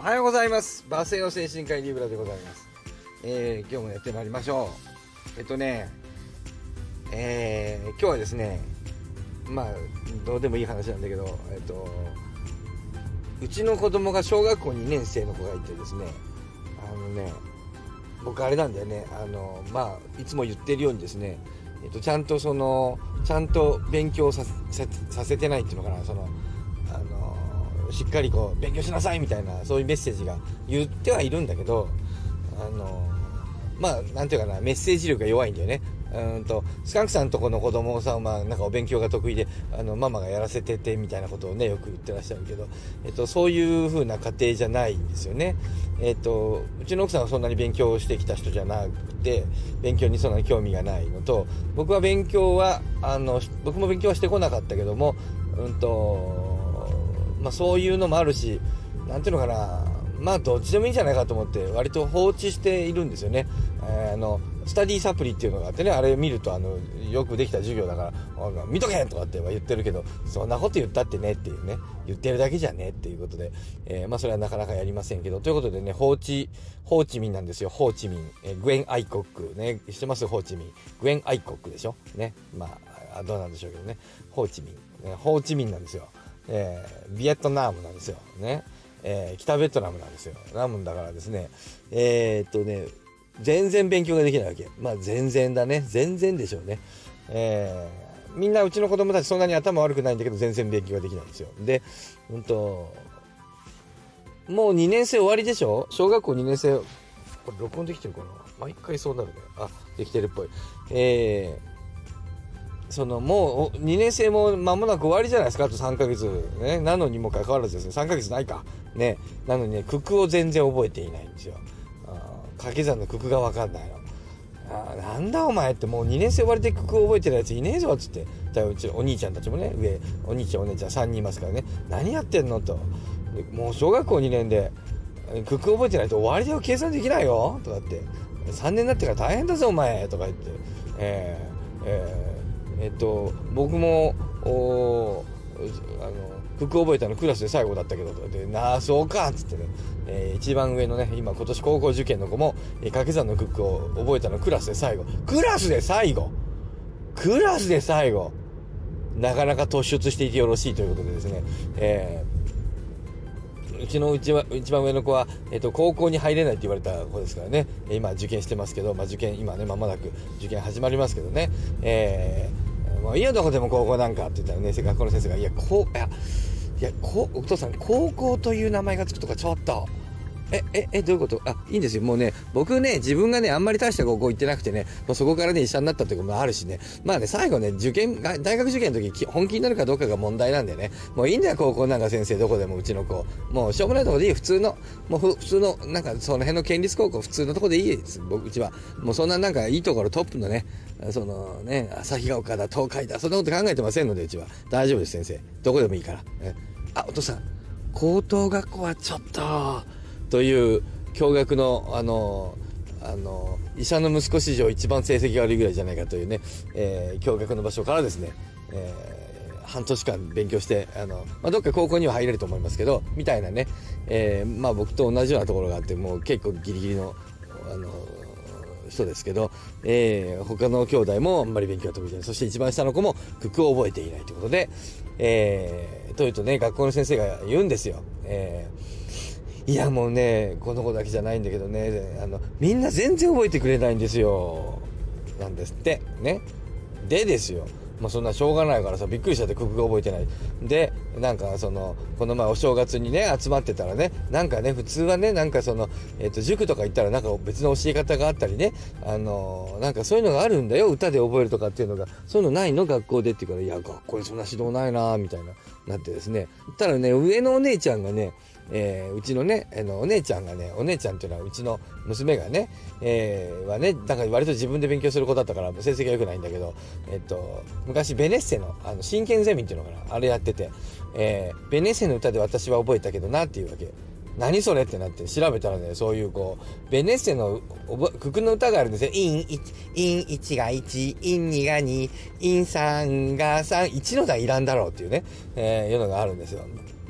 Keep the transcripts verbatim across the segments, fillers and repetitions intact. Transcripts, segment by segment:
はようございます。バスへの精神科医リブラでございます。えー、今日もやってまいりましょう。えっとね、えー、今日はですね、まあどうでもいい話なんだけど、えっとうちの子供が小学校にねん生の子がいてですね、あのね、僕あれなんだよね、あのまあいつも言ってるようにですね、えっとちゃんとそのちゃんと勉強さ せ, させてないっていうのかな、そのあのしっかりこう勉強しなさいみたいな、そういうメッセージが言ってはいるんだけど、あのまあなんていうかな、メッセージ力が弱いんだよね。うんとスカンクさんとこの子供さんはなんかお勉強が得意で、あのママがやらせててみたいなことをねよく言ってらっしゃるけど、えっとそういう風な家庭じゃないんですよね。えっとうちの奥さんはそんなに勉強してきた人じゃなくて、勉強にそんなに興味がないのと、僕は勉強はあの僕も勉強はしてこなかったけども、うんとまあそういうのもあるし、なんていうのかな、まあどっちでもいいんじゃないかと思って割と放置しているんですよね。えー、あのスタディサプリっていうのがあってね、あれ見るとあのよくできた授業だから見とけとかっては言ってるけど、そんなこと言ったってねっていうね、言ってるだけじゃねっていうことで、えー、まあそれはなかなかやりませんけど、ということでね、ホーチホーチミンなんですよ。ホーチミン、えー、グエン・アイコックね、知ってます？ホーチミングエン・アイコックでしょね。まあどうなんでしょうけどね、ホーチミン、ね、ホーチミンなんですよ。えー、ビエトナムなんですよね。えー、北ベトナムなんですよ。ナムだからですね、えー、っとね全然勉強ができないわけ。まあ全然だね、全然でしょうね。えー、みんなうちの子供たちそんなに頭悪くないんだけど全然勉強ができないんですよ。で、うんともうにねん生終わりでしょ。小学校にねん生、これ録音できてるかな、毎回そうなるね。あ、できてるっぽい。えーそのもうにねん生も間もなく終わりじゃないですか。あとさんかげつね。なのにもかかわらずですね、さんかげつないかね、なのにね、九九を全然覚えていないんですよ。掛け算の九九が分かんないの。あ、なんだお前って、もうにねん生終わりで九九を覚えてるやついねえぞっつって。だうちお兄ちゃんたちもね、上お兄ちゃんお姉ちゃんさんにんいますからね、何やってんのと、もう小学校にねんで九九覚えてないと終わりだよ、計算できないよとかって、さんねんになってから大変だぞお前とか言って、えー、えーえっと僕もおあの九九覚えたのクラスで最後だったけどで、なあそうかっつってね、えー、一番上のね、今今年高校受験の子も、えー、掛け算の九九を覚えたのクラスで最後、クラスで最後クラスで最後なかなか突出していてよろしいということでですね、えー、うちのうちは一番上の子は、えっと、高校に入れないって言われた子ですからね、今受験してますけど、まあ、受験今ね間もなく受験始まりますけどね、えーもういいよどこでも高校なんかって言ったらね、学校の先生がいやこういやいやこお父さん高校という名前がつくとかちょっとえええどういうこと？あ、いいんですよ。もうね、僕ね、自分がねあんまり大した高校行ってなくてね、もうそこからね医者になったってこともあるしね、まあね最後ね受験大学受験の時本気になるかどうかが問題なんでね、もういいんだよ高校なんか先生どこでも、うちの子もうしょうもないとこでいい、普通のもう普通のなんかその辺の県立高校普通のとこでいいです。僕うちはもうそんななんかいいところトップのね、そのね旭ヶ丘だ東海だそんなこと考えてませんので、うちは大丈夫です。先生どこでもいいから、ね、あお父さん高等学校はちょっとという驚愕のあのあの医者の息子史上一番成績が悪いぐらいじゃないかというね、えー、驚愕の場所からですね、えー、半年間勉強してあの、まあ、どっか高校には入れると思いますけどみたいなね、えー、まあ僕と同じようなところがあって、もう結構ギリギリのあの人ですけど、えー、他の兄弟もあんまり勉強が得意じゃない、そして一番下の子も九九を覚えていないということで、えー、というとね学校の先生が言うんですよ、えーいやもうねこの子だけじゃないんだけどね、あのみんな全然覚えてくれないんですよなんですってね。でですよ、まあ、そんなしょうがないからさ、びっくりしちゃって九九が覚えてないで、なんかそのこの前お正月にね集まってたらね、なんかね普通はねなんかその、えー、と塾とか行ったらなんか別の教え方があったりね、あのー、なんかそういうのがあるんだよ、歌で覚えるとかっていうのが、そういうのないの学校でって言うから、いや学校にそんな指導ないなみたいななってですね、ただね上のお姉ちゃんがね、えー、うちのねあのお姉ちゃんがね、お姉ちゃんっていうのはうちの娘がね、えー、はねなんか割と自分で勉強する子だったから成績が良くないんだけど、えっと昔ベネッセのあの真剣ゼミっていうのかな、あれやってて、えー、ベネッセの歌で私は覚えたけどなっていうわけ。何それってなって調べたらね、そういうこうベネッセの九九の歌があるんですよ。インいち、インいちがいち、インにがに、インさんがさん、いちの段いらんだろうっていうね、えー、いうのがあるんですよ。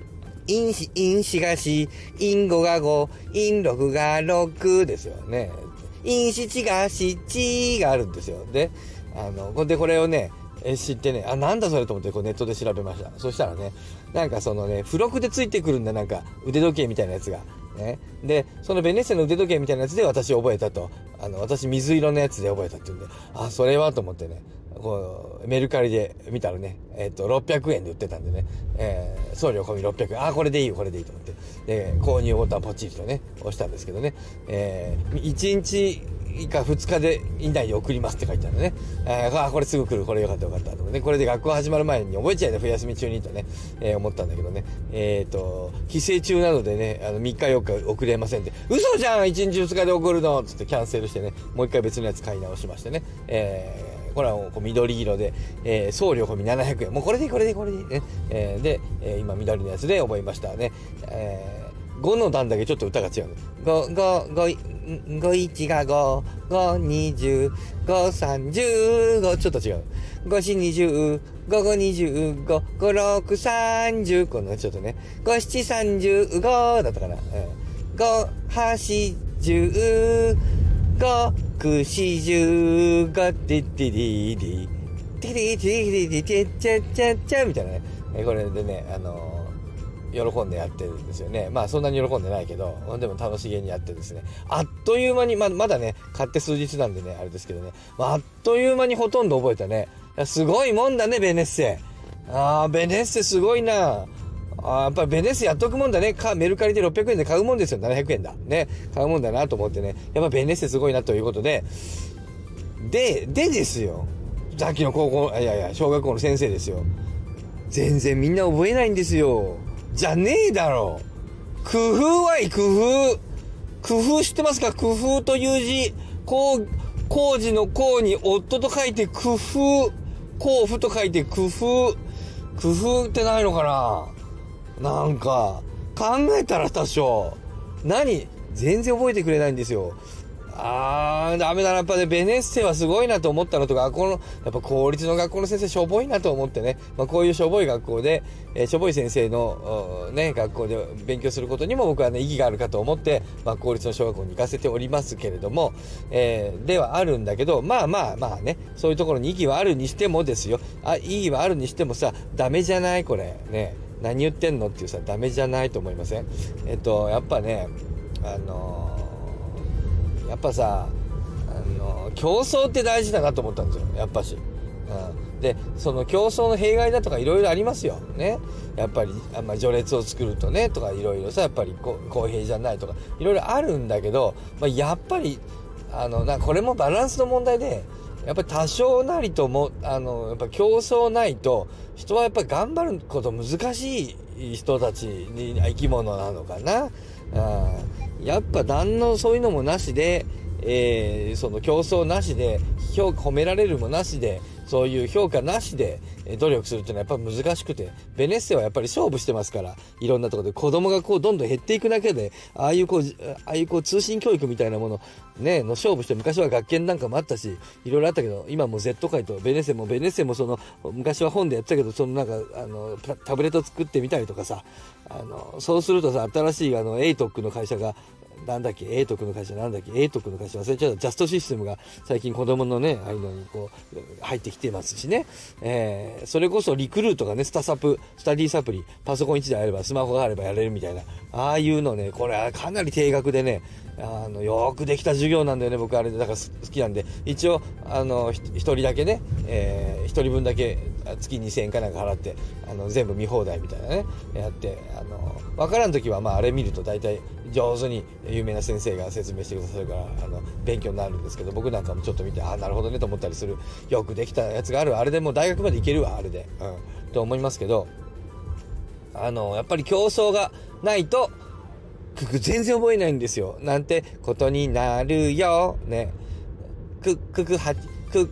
陰子、陰子がし、陰語がご、陰六がろくですよね。陰七が七があるんですよ。で、あの、で、これをね、知ってね、あ、なんだそれと思ってこうネットで調べました。そしたらね、なんかそのね、付録でついてくるんだ、なんか腕時計みたいなやつが。ね。で、そのベネッセの腕時計みたいなやつで私覚えたと。あの、私水色のやつで覚えたって言うんで、あ、それはと思ってね、こう、メルカリで見たらね、えっと、ろっぴゃくえんで売ってたんでね、えー、送料込みろっぴゃくえん。あ、これでいいよ、これでいいと思って。で、購入ボタンポチッとね、押したんですけどね、えー、いちにち以下ふつかで以内に送りますって書いてあるね。えー、あ、これすぐ来る、これよかったよかったとね、これで学校始まる前に覚えちゃいね、冬休み中にとね、えー、思ったんだけどね、えっと、帰省中なのでね、あの、みっかよっか送れませんって、嘘じゃん !いちにちふつかで送るのつってキャンセルしてね、もう一回別のやつ買い直しましてね、えー、これはこう緑色で、えー、送料込みななひゃくえん。もうこれでいい、これでいい、これでいいね。えー、で、えー、今緑のやつで覚えましたね。えー、ごの段だけちょっと歌が違う。ご、ご、ご、ごいちがご、ごにじゅう、ごさんじゅうご、ちょっと違う。ごしにじゅう、ごごにじゅうご、ごろくさんじゅう、このちょっとね、ごしちさんじゅうごだったかな。うん、ごはしじゅう、ごくしじゅうご、てってりり、てりてりててちゃちゃちゃみたいなね。これでね、あのー、喜んでやってるんですよね。まあそんなに喜んでないけど、でも楽しげにやってですね、あっという間に、まあ、まだね、買って数日なんでね、あれですけどね、まあ、あっという間にほとんど覚えたね。すごいもんだね、ベネッセ。あー、ベネッセすごいな。あ、やっぱりベネッセやっとくもんだね。か、メルカリでろっぴゃくえんで買うもんですよ。ななひゃくえんだ。ね。買うもんだなと思ってね。やっぱベネッセすごいなということで、で、でですよ。さっきの高校、いやいや、小学校の先生ですよ。全然みんな覚えないんですよ。じゃねえだろ。工夫はい工夫。工夫知ってますか？工夫という字。こう、工事の工に夫と書いて工夫。甲府と書いて工夫。工夫ってないのかな？なんか、考えたら多少。何？全然覚えてくれないんですよ。あー、ダメだな。やっぱね、ベネッセはすごいなと思ったのと、学校の、やっぱ公立の学校の先生しょぼいなと思ってね。まあこういうしょぼい学校で、えー、しょぼい先生の、ね、学校で勉強することにも僕はね、意義があるかと思って、まあ公立の小学校に行かせておりますけれども、えー、ではあるんだけど、まあまあまあね、そういうところに意義はあるにしてもですよ。あ、意義はあるにしてもさ、ダメじゃないこれ。ね。何言ってんのっていうさ、ダメじゃないと思いません？えっと、やっぱね、あのー、やっぱさ、あの競争って大事だなと思ったんですよ、やっぱし。うん、で、その競争の弊害だとかいろいろありますよね。やっぱりあんま序列を作るとねとかいろいろさ、やっぱり公平じゃないとかいろいろあるんだけど、まあ、やっぱりあのなこれもバランスの問題で、やっぱり多少なりともあのやっぱ競争ないと人はやっぱり頑張ること難しい人たちに生き物なのかな。うん、やっぱ何のそういうのもなしで、えー、その競争なしで評価褒められるもなしで、そういう評価なしで努力するっていうのはやっぱり難しくて、ベネッセはやっぱり勝負してますから、いろんなところで子供がこうどんどん減っていくだけで、ああいうこうああいうこう通信教育みたいなものねの勝負して、昔は学研なんかもあったしいろいろあったけど、今も Z 界とベネッセもベネッセもその昔は本でやってたけど、そのなんかあのタブレット作ってみたりとかさ、あのそうするとさ、新しいあのエイトックの会社がなんだっけ、エイトックの会社なんだっけ、エイトックの会社忘れちゃった、ジャストシステムが最近子供のね、ああいうのにこう入ってきてますしね、えー、それこそリクルートがね、スタサプ、スタディサプリ、パソコンいちだいあればスマホがあればやれるみたいな、ああいうのね、これはかなり低額でね、あのよくできた授業なんだよね。僕あれでだから好きなんで、一応あの一人だけね、えー、一人分だけ月にせんえんかなんか払ってあの全部見放題みたいなねやって、あの分からん時はまああれ見ると大体上手に有名な先生が説明してくださるから、あの勉強になるんですけど、僕なんかもちょっと見て、ああなるほどねと思ったりする、よくできたやつがある。あれでもう大学まで行けるわ、あれで、うん、と思いますけど、あのやっぱり競争がないと全然覚えないんですよ。なんてことになるよね。くくくはくく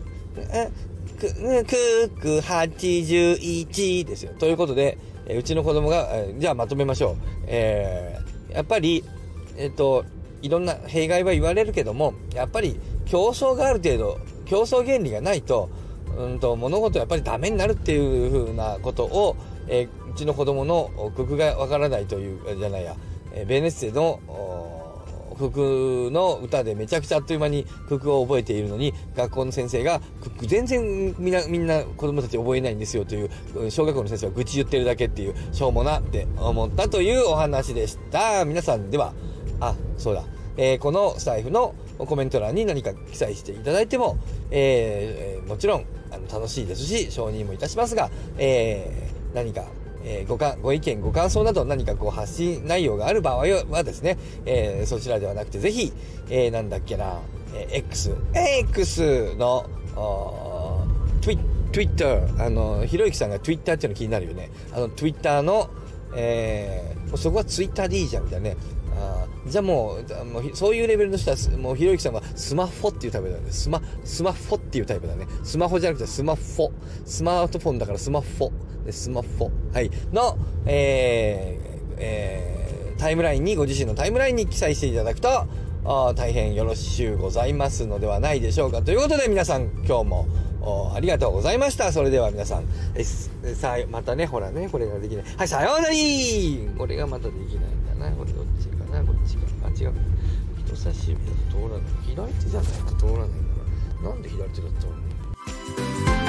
くくはちじゅういちですよ。ということで、うちの子供がじゃあまとめましょう。えー、やっぱりえっといろんな弊害は言われるけども、やっぱり競争がある程度、競争原理がないとうんと物事やっぱりダメになるっていう風なことを、えー、うちの子供の九九がわからないというじゃないや、えー、ベネッセの九九の歌でめちゃくちゃあっという間に九九を覚えているのに、学校の先生が九九全然みんなみんな子供たち覚えないんですよという、小学校の先生は愚痴言ってるだけっていう、しょうもなって思ったというお話でした。皆さんでは、あ、そうだ、えー、このスタイフのコメント欄に何か記載していただいても、えー、もちろんあの楽しいですし承認もいたしますが、えー、何かえー、ごかご意見ご感想など何かこう発信内容がある場合はですね、えー、そちらではなくてぜひ、えー、なんだっけな、えー、X X のツイッター、あのひろゆきさんが Twitter っていうの気になるよね。あの Twitter の、えー、もうそこは Twitter でいいじゃんみたいなね。あじゃあもう、もうそういうレベルの人はもうひろゆきさんはスマホっていうタイプだね。スマスマホっていうタイプだね。スマホじゃなくてスマホ、スマートフォンだからスマホ、スマホ、はいの、えーえー、タイムラインにご自身のタイムラインに記載していただくとあ大変よろしゅうございますのではないでしょうか。ということで皆さん今日もありがとうございました。それでは皆さんえさあまたね、ほらね、これができない、はい、さようなり。これがまたできないんだな。これどっちかな、こっちか、あ違う、人差し指だと通らない、左手じゃないと通らないんだな。なんで左手だと通らない。